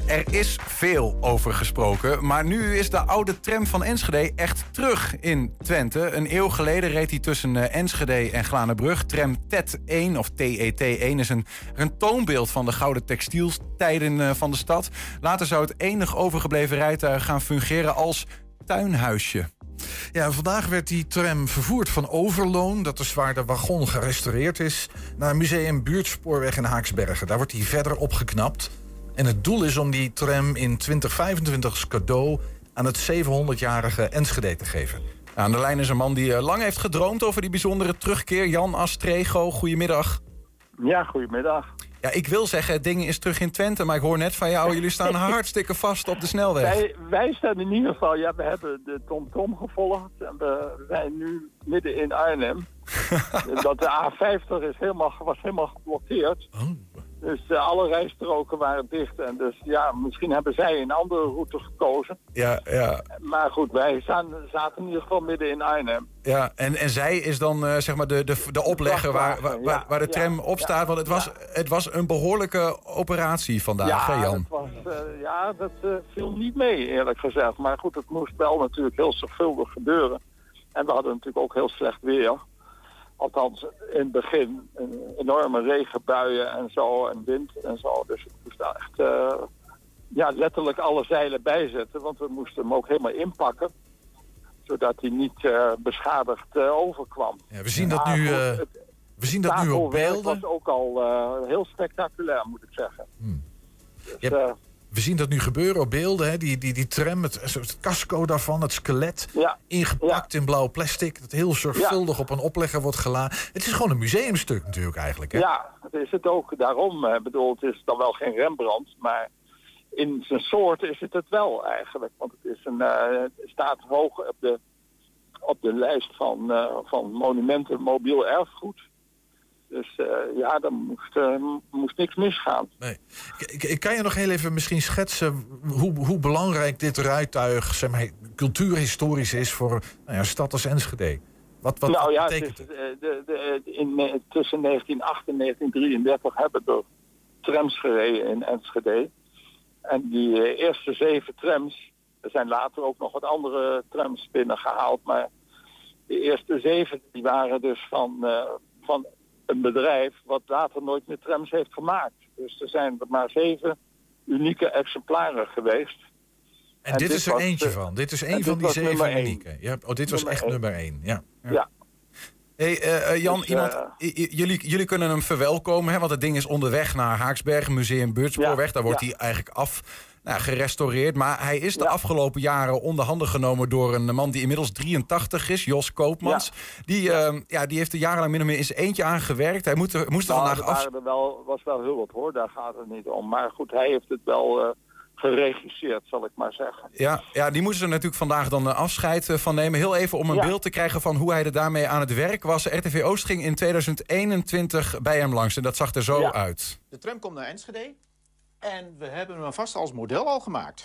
Er is veel over gesproken, maar nu is de oude tram van Enschede echt terug in Twente. Een eeuw geleden reed hij tussen Enschede en Glanenbrug. Tram TET1, of TET1, is een toonbeeld van de gouden textieltijden van de stad. Later zou het enig overgebleven rijtuig gaan fungeren als tuinhuisje. Ja, vandaag werd die tram vervoerd van Overloon, dat is waar de wagon gerestaureerd is, naar Museum Buurtspoorweg in Haaksbergen. Daar wordt hij verder opgeknapt. En het doel is om die tram in 2025 als cadeau aan het 700-jarige Enschede te geven. Aan de lijn is een man die lang heeft gedroomd over die bijzondere terugkeer. Jan Astrego, goedemiddag. Ja, goedemiddag. Ja, ik wil zeggen, het ding is terug in Twente, maar ik hoor net van jou, jullie staan hartstikke vast op de snelweg. Wij staan in ieder geval, ja, we hebben de TomTom gevolgd en we zijn nu midden in Arnhem. Dat de A50 was helemaal geblokkeerd. Oh. Dus alle rijstroken waren dicht. En dus ja, misschien hebben zij een andere route gekozen. Ja. Maar goed, wij zaten in ieder geval midden in Arnhem. Ja, en zij is dan zeg maar de oplegger waar de tram op staat. Want het was een behoorlijke operatie vandaag, hè Jan? Dat viel niet mee, eerlijk gezegd. Maar goed, het moest wel natuurlijk heel zorgvuldig gebeuren. En we hadden natuurlijk ook heel slecht weer. Althans, in het begin enorme regenbuien en zo en wind en zo. Dus ik moest daar echt letterlijk alle zeilen bijzetten. Want we moesten hem ook helemaal inpakken. Zodat hij niet beschadigd overkwam. Ja, we zien dat nu op beelden. Dat was ook al heel spectaculair, moet ik zeggen. Dus, we zien dat nu gebeuren op beelden. Hè? Die tram, het casco daarvan, het skelet. Ingepakt in blauw plastic. Dat heel zorgvuldig op een oplegger wordt geladen. Het is gewoon een museumstuk natuurlijk eigenlijk. Hè? Ja, dat is het ook. Daarom, het is dan wel geen Rembrandt. Maar in zijn soort is het wel eigenlijk. Want het staat hoog op de lijst van monumenten mobiel erfgoed. Dus daar moest niks misgaan. Nee. Kan je nog heel even misschien schetsen hoe belangrijk dit rijtuig, zeg maar, cultuurhistorisch is voor een stad als Enschede? Wat betekent het? Tussen 1908 en 1933 hebben er trams gereden in Enschede. En die eerste 7 trams, er zijn later ook nog wat andere trams binnengehaald, maar de eerste 7 die waren dus van een bedrijf wat later nooit meer trams heeft gemaakt. Dus er zijn er maar 7 unieke exemplaren geweest. En dit is er eentje van? Dit is één van die 7 unieke? Ja, dit was echt nummer 1. Ja. Hey, Jan, jullie kunnen hem verwelkomen, hè, want het ding is onderweg naar Haaksbergen, Museum Buurtspoorweg. Daar wordt hij eigenlijk gerestaureerd. Maar hij is de afgelopen jaren onder handen genomen door een man die inmiddels 83 is, Jos Koopmans. Ja. Die heeft er jarenlang min of meer in zijn eentje aan gewerkt. Hij moest er vandaag was wel heel wat hoor, daar gaat het niet om. Maar goed, hij heeft het wel geregisseerd, zal ik maar zeggen. Ja, die moesten er natuurlijk vandaag dan afscheid van nemen. Heel even om een beeld te krijgen van hoe hij er daarmee aan het werk was. RTV Oost ging in 2021 bij hem langs en dat zag er zo uit. De tram komt naar Enschede en we hebben hem vast als model al gemaakt.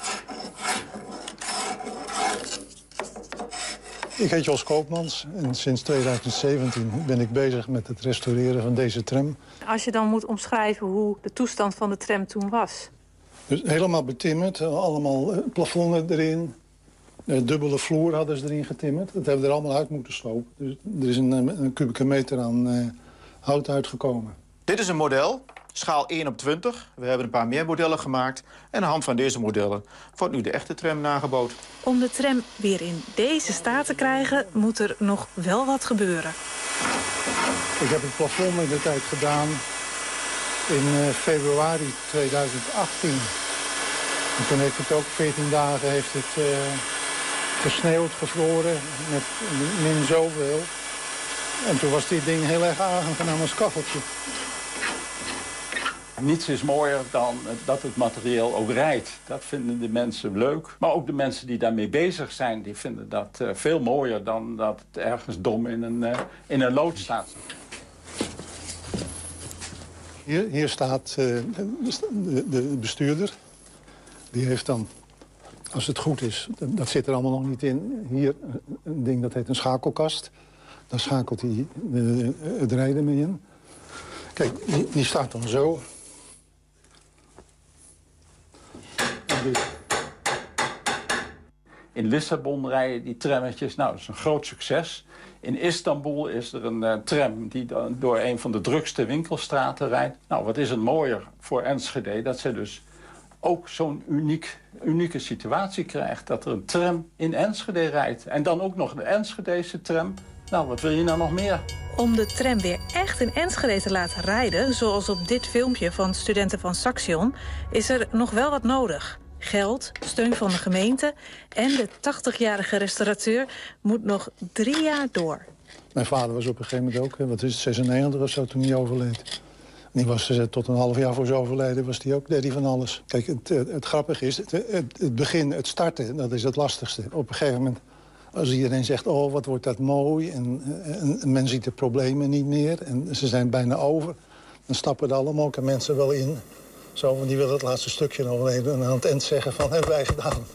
Ik heet Jos Koopmans en sinds 2017 ben ik bezig met het restaureren van deze tram. Als je dan moet omschrijven hoe de toestand van de tram toen was. Dus helemaal betimmerd, allemaal plafonnen erin. Dubbele vloer hadden ze erin getimmerd. Dat hebben we er allemaal uit moeten slopen. Dus er is een kubieke meter aan hout uitgekomen. Dit is een model, schaal 1/20. We hebben een paar meer modellen gemaakt. En aan de hand van deze modellen wordt nu de echte tram nagebootst. Om de tram weer in deze staat te krijgen, moet er nog wel wat gebeuren. Ik heb het plafond in de tijd gedaan in februari 2018. En toen heeft het ook 14 dagen gesneeuwd, gevroren, met min zoveel. En toen was dit ding heel erg aangenaam als kacheltje. Niets is mooier dan dat het materieel ook rijdt. Dat vinden de mensen leuk. Maar ook de mensen die daarmee bezig zijn, die vinden dat veel mooier dan dat het ergens dom in een lood staat. Hier staat de bestuurder. Die heeft dan, als het goed is, dat zit er allemaal nog niet in. Hier een ding dat heet een schakelkast. Daar schakelt hij het rijden mee in. Kijk, die staat dan zo. In Lissabon rijden die trammetjes. Nou, dat is een groot succes. In Istanbul is er een tram die dan door een van de drukste winkelstraten rijdt. Nou, wat is het mooier voor Enschede dat ze dus ook zo'n unieke situatie krijgt. Dat er een tram in Enschede rijdt. En dan ook nog de Enschedese tram. Nou, wat wil je nou nog meer? Om de tram weer echt in Enschede te laten rijden, zoals op dit filmpje van studenten van Saxion, is er nog wel wat nodig. Geld, steun van de gemeente en de 80-jarige restaurateur moet nog 3 jaar door. Mijn vader was op een gegeven moment ook, 96 of zo, toen hij overleed. En die was tot een half jaar voor zijn overlijden, deed hij van alles. Kijk, het grappige is, het begin, het starten, dat is het lastigste. Op een gegeven moment, als iedereen zegt, oh, wat wordt dat mooi, en men ziet de problemen niet meer en ze zijn bijna over, dan stappen er allemaal mensen wel in. Zo, want die willen het laatste stukje nog even aan het eind zeggen van, hebben wij gedaan.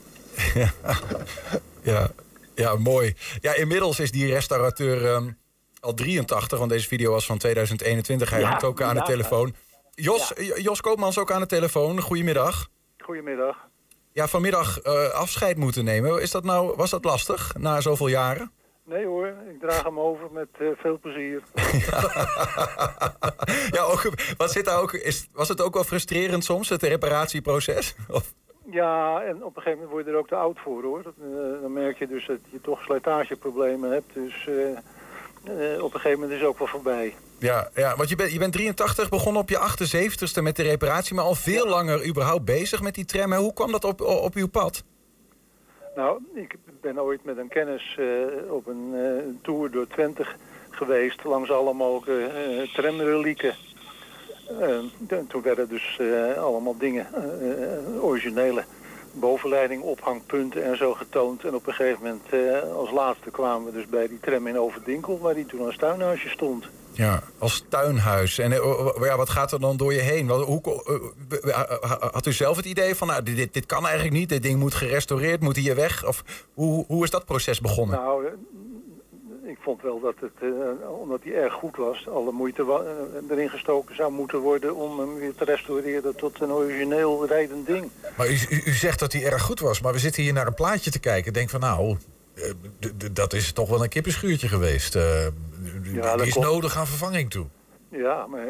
Ja, mooi. Ja, inmiddels is die restaurateur al 83, want deze video was van 2021. Hij hangt ook aan de telefoon. Jos Koopmans ook aan de telefoon. Goedemiddag. Goedemiddag. Ja, vanmiddag afscheid moeten nemen. Was dat lastig, na zoveel jaren? Nee hoor, ik draag hem over met veel plezier. Ja, was het ook wel frustrerend soms, het reparatieproces? Of? Ja, en op een gegeven moment word je er ook te oud voor, hoor. Dan merk je dus dat je toch slijtageproblemen hebt. Dus op een gegeven moment is het ook wel voorbij. Ja, want je bent 83, begonnen op je 78ste met de reparatie, maar al veel langer überhaupt bezig met die tram. Hoe kwam dat op uw pad? Nou, ik ben ooit met een kennis op een tour door Twente geweest, langs allemaal tramrelieken. Toen werden dus allemaal dingen, originele bovenleiding, ophangpunten en zo getoond. En op een gegeven moment, als laatste, kwamen we dus bij die tram in Overdinkel, waar die toen als tuinhuisje stond. Ja, als tuinhuis. En wat gaat er dan door je heen? Had u zelf het idee van, nou, dit kan eigenlijk niet, dit ding moet gerestaureerd, moet hier weg? Of hoe is dat proces begonnen? Nou, ik vond wel dat het, omdat hij erg goed was, alle moeite erin gestoken zou moeten worden om hem weer te restaureren tot een origineel rijdend ding. Maar u zegt dat hij erg goed was, maar we zitten hier naar een plaatje te kijken. Denk van, nou, dat is toch wel een kippenschuurtje geweest. Die is nodig aan vervanging toe. Ja, maar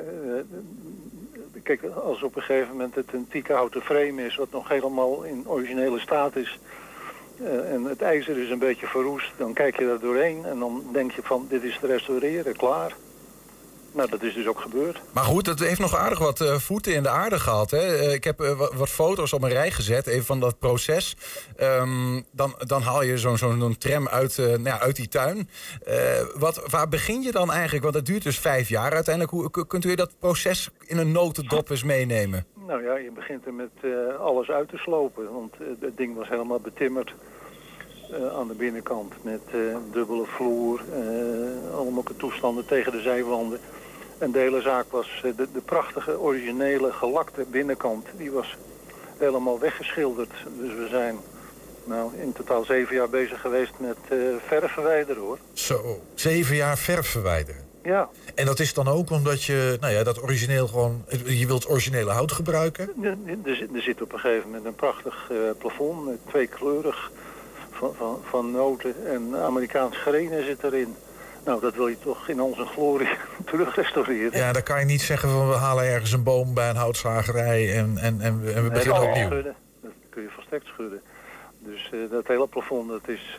kijk, als op een gegeven moment het een teakhouten frame is, wat nog helemaal in originele staat is, en het ijzer is een beetje verroest, dan kijk je daar doorheen en dan denk je van, dit is te restaureren, klaar. Nou, dat is dus ook gebeurd. Maar goed, het heeft nog aardig wat voeten in de aarde gehad. Hè? Ik heb wat foto's op een rij gezet, even van dat proces. Dan haal je zo'n tram uit die tuin. Waar begin je dan eigenlijk? Want het duurt dus 5 jaar uiteindelijk. Hoe kunt u dat proces in een notendop eens meenemen? Nou ja, je begint er met alles uit te slopen. Want het ding was helemaal betimmerd aan de binnenkant. Met dubbele vloer, allemaal toestanden tegen de zijwanden. En de hele zaak was de prachtige, originele, gelakte binnenkant. Die was helemaal weggeschilderd. Dus we zijn in totaal 7 jaar bezig geweest met verf verwijderen, hoor. Zo, 7 jaar verf verwijderen? Ja. En dat is dan ook omdat je, dat origineel gewoon, je wilt originele hout gebruiken? Er zit op een gegeven moment een prachtig plafond, 2-kleurig, van noten en Amerikaans grenen zit erin. Nou, dat wil je toch in al zijn glorie terug restaureren. Ja, dan kan je niet zeggen van, we halen ergens een boom bij een houtzagerij en we beginnen opnieuw. Schudden. Dat kun je volstrekt schudden. Dus dat hele plafond, dat is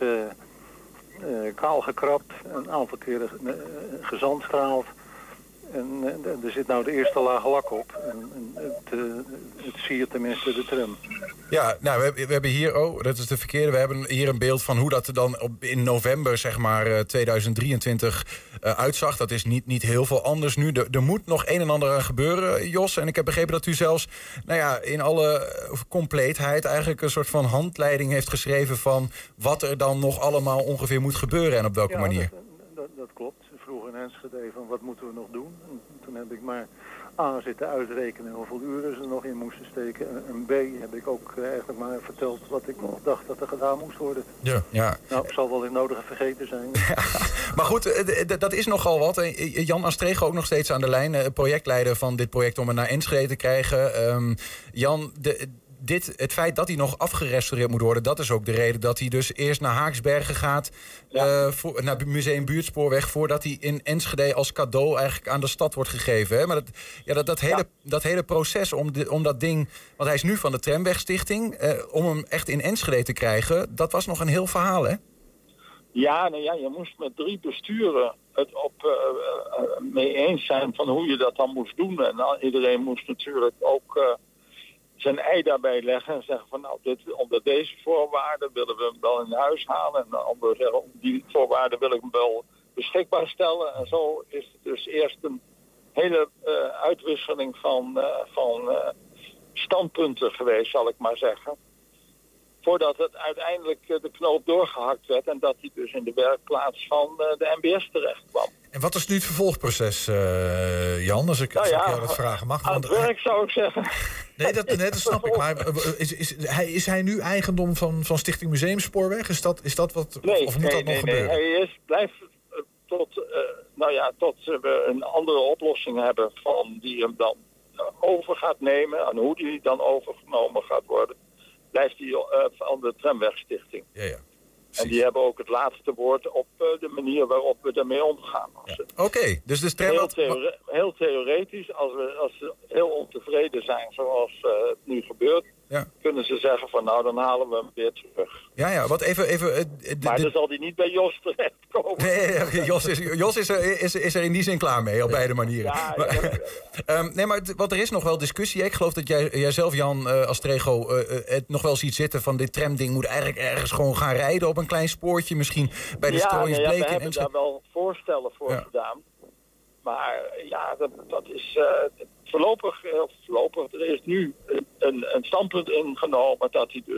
kaal gekrapt, een aantal keren gezandstraald. En er zit nou de eerste laag lak op. En het siert tenminste de tram. Ja, nou, we hebben hier, dat is de verkeerde. We hebben hier een beeld van hoe dat er dan in november, zeg maar, 2023 uitzag. Dat is niet heel veel anders nu. Er moet nog een en ander aan gebeuren, Jos. En ik heb begrepen dat u zelfs, in alle compleetheid eigenlijk een soort van handleiding heeft geschreven van wat er dan nog allemaal ongeveer moet gebeuren en op welke manier. Dat klopt. Vroeg in Enschede van wat moeten we nog doen. En toen heb ik maar A zitten uitrekenen hoeveel uren ze er nog in moesten steken. En B heb ik ook eigenlijk maar verteld wat ik nog dacht dat er gedaan moest worden. Ja. Nou, het zal wel in nodige vergeten zijn. Ja, maar goed, dat is nogal wat. Jan Astrego ook nog steeds aan de lijn. Projectleider van dit project om het naar Enschede te krijgen. Jan, het feit dat hij nog afgerestaureerd moet worden, dat is ook de reden dat hij dus eerst naar Haaksbergen gaat, naar het Museum Buurtspoorweg, voordat hij in Enschede als cadeau eigenlijk aan de stad wordt gegeven. Hè? Maar dat hele proces om dat ding, want hij is nu van de Tramwegstichting, om hem echt in Enschede te krijgen, dat was nog een heel verhaal, hè? Ja, je moest met 3 besturen het mee eens zijn van hoe je dat dan moest doen. En iedereen moest natuurlijk ook zijn ei daarbij leggen en zeggen van onder deze voorwaarden willen we hem wel in huis halen. En de anderen zeggen om die voorwaarden wil ik hem wel beschikbaar stellen. En zo is het dus eerst een hele uitwisseling van standpunten geweest, zal ik maar zeggen. Voordat het uiteindelijk de knoop doorgehakt werd en dat hij dus in de werkplaats van de NBS terecht kwam. En wat is nu het vervolgproces, Jan, als ik jou dat vragen mag? Aan het werk zou ik zeggen. Nee, dat snap ik. Maar is hij nu eigendom van Stichting Museumspoorweg? Is dat wat? Nee, of moet dat nog gebeuren? Nee, hij blijft tot we een andere oplossing hebben van die hem dan over gaat nemen en hoe die dan overgenomen gaat worden. Blijft hij van de Tramwegstichting. Ja. En die hebben ook het laatste woord op de manier waarop we daarmee omgaan. Ja. Oké, dus de heel theoretisch, als ze heel ontevreden zijn zoals het nu gebeurt, kunnen ze zeggen van dan halen we hem weer terug. Ja, wat even... maar dan zal die niet bij Jos terechtkomen. Nee, Jos is er in die zin klaar mee, op beide manieren. Maar want er is nog wel discussie. Ik geloof dat jij zelf, Jan, als Trego, het nog wel ziet zitten van dit tramding moet eigenlijk ergens gewoon gaan rijden op een klein spoortje, misschien bij de Strooiens Bleek. We hebben daar wel voorstellen voor gedaan. Maar dat is voorlopig, er is nu een standpunt ingenomen dat hij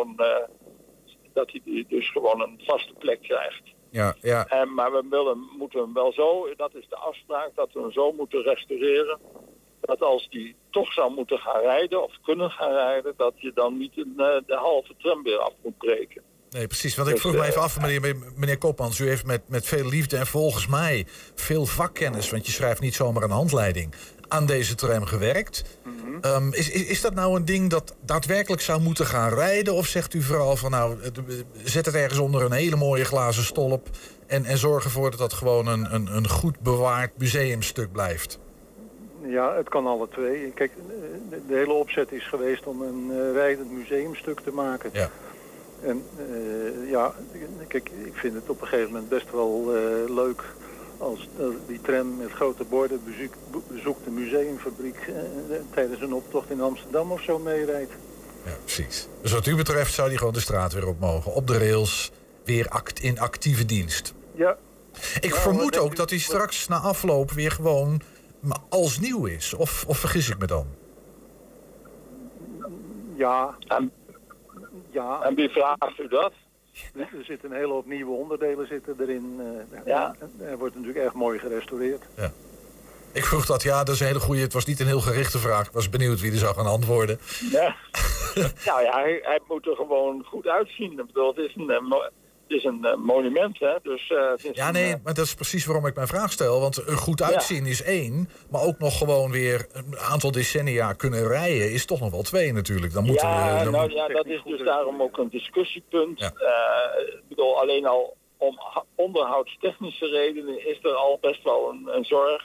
dus gewoon een vaste plek krijgt. Ja. Maar we moeten hem wel zo, dat is de afspraak, dat we hem zo moeten restaureren, dat als die toch zou moeten gaan rijden of kunnen gaan rijden, dat je dan niet de halve tram weer af moet breken. Nee, precies. Want ik vroeg me even af, meneer Koopmans, u heeft met veel liefde en volgens mij veel vakkennis, want je schrijft niet zomaar een handleiding, aan deze tram gewerkt. Mm-hmm. Is dat nou een ding dat daadwerkelijk zou moeten gaan rijden? Of zegt u vooral van zet het ergens onder een hele mooie glazen stolp en zorg ervoor dat dat gewoon een goed bewaard museumstuk blijft? Ja, het kan alle twee. Kijk, de hele opzet is geweest om een rijdend museumstuk te maken. Ja. En kijk, ik vind het op een gegeven moment best wel leuk als die tram met grote borden bezoekt de museumfabriek tijdens een optocht in Amsterdam of zo meerijdt. Ja, precies. Dus wat u betreft zou die gewoon de straat weer op mogen. Op de rails, weer in actieve dienst. Ja. Ik vermoed ook dat hij straks na afloop weer gewoon als nieuw is. Of vergis ik me dan? Ja. En wie vraagt u dat? Er zitten een hele hoop nieuwe onderdelen erin. Er wordt natuurlijk erg mooi gerestaureerd. Ja. Ik vroeg dat, dat is een hele goede. Het was niet een heel gerichte vraag. Ik was benieuwd wie er zou gaan antwoorden. Ja. Hij moet er gewoon goed uitzien. Ik bedoel, het is een monument, hè. Dus, maar dat is precies waarom ik mijn vraag stel. Want er goed uitzien is 1, maar ook nog gewoon weer een aantal decennia kunnen rijden is toch nog wel 2 natuurlijk. Dan dat is dus daarom ook een discussiepunt. Ja. Ik bedoel, alleen al om onderhoudstechnische redenen is er al best wel een zorg.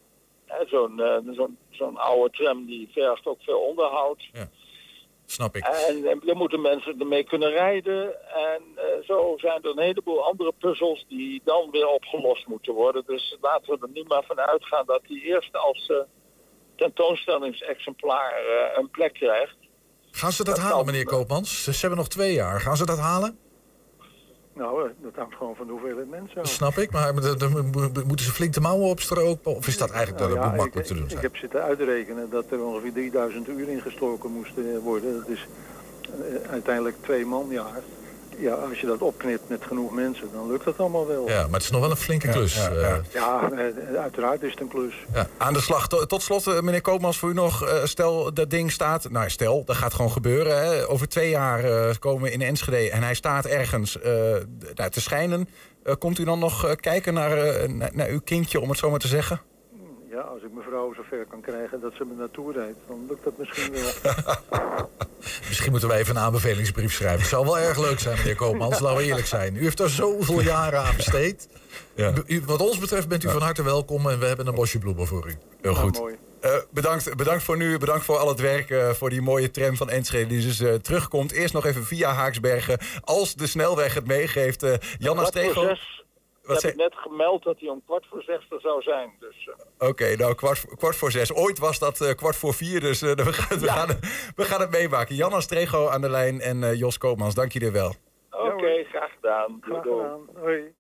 Zo'n oude tram die vergt ook veel onderhoud. Ja. Snap ik. En dan moeten mensen ermee kunnen rijden. En zo zijn er een heleboel andere puzzels die dan weer opgelost moeten worden. Dus laten we er nu maar van uitgaan dat die eerst als tentoonstellingsexemplaar een plek krijgt. Gaan ze dat halen, meneer Koopmans? Ze hebben nog 2 jaar. Gaan ze dat halen? Nou, dat hangt gewoon van de hoeveelheid mensen. Dat snap ik, maar moeten ze flink de mouwen opstropen? Of is dat eigenlijk makkelijk te doen? Ik heb zitten uitrekenen dat er ongeveer 3000 uur ingestoken moesten worden. Dat is uiteindelijk 2 manjaar. Ja, als je dat opknipt met genoeg mensen, dan lukt dat allemaal wel. Ja, maar het is nog wel een flinke klus. Uiteraard is het een klus. Ja, aan de slag. Tot slot, meneer Koopmans, voor u nog. Stel, dat ding staat... Nou, dat gaat gewoon gebeuren. Hè. Over 2 jaar komen we in Enschede en hij staat ergens te schijnen. Komt u dan nog kijken naar uw kindje, om het zo maar te zeggen? Ja, als ik mevrouw zover kan krijgen dat ze me naartoe rijdt, dan lukt dat misschien wel. Misschien moeten we even een aanbevelingsbrief schrijven. Het zou wel erg leuk zijn, meneer Koopmans, laten we eerlijk zijn. U heeft daar zoveel jaren aan besteed. Ja. Wat ons betreft bent u van harte welkom en we hebben een bosje bloemen voor u. Heel goed. Mooi. Bedankt voor nu, bedankt voor al het werk, voor die mooie tram van Enschede die dus terugkomt. Eerst nog even via Haaksbergen, als de snelweg het meegeeft. Janna Strego... Ik heb net gemeld dat hij om 5:45 er zou zijn. Dus, Oké, nou 5:45. Ooit was dat 4:15, dus we gaan het meemaken. Janna Strego aan de lijn en Jos Koopmans, dank jullie wel. Oké, graag gedaan. Graag gedaan. Hoi.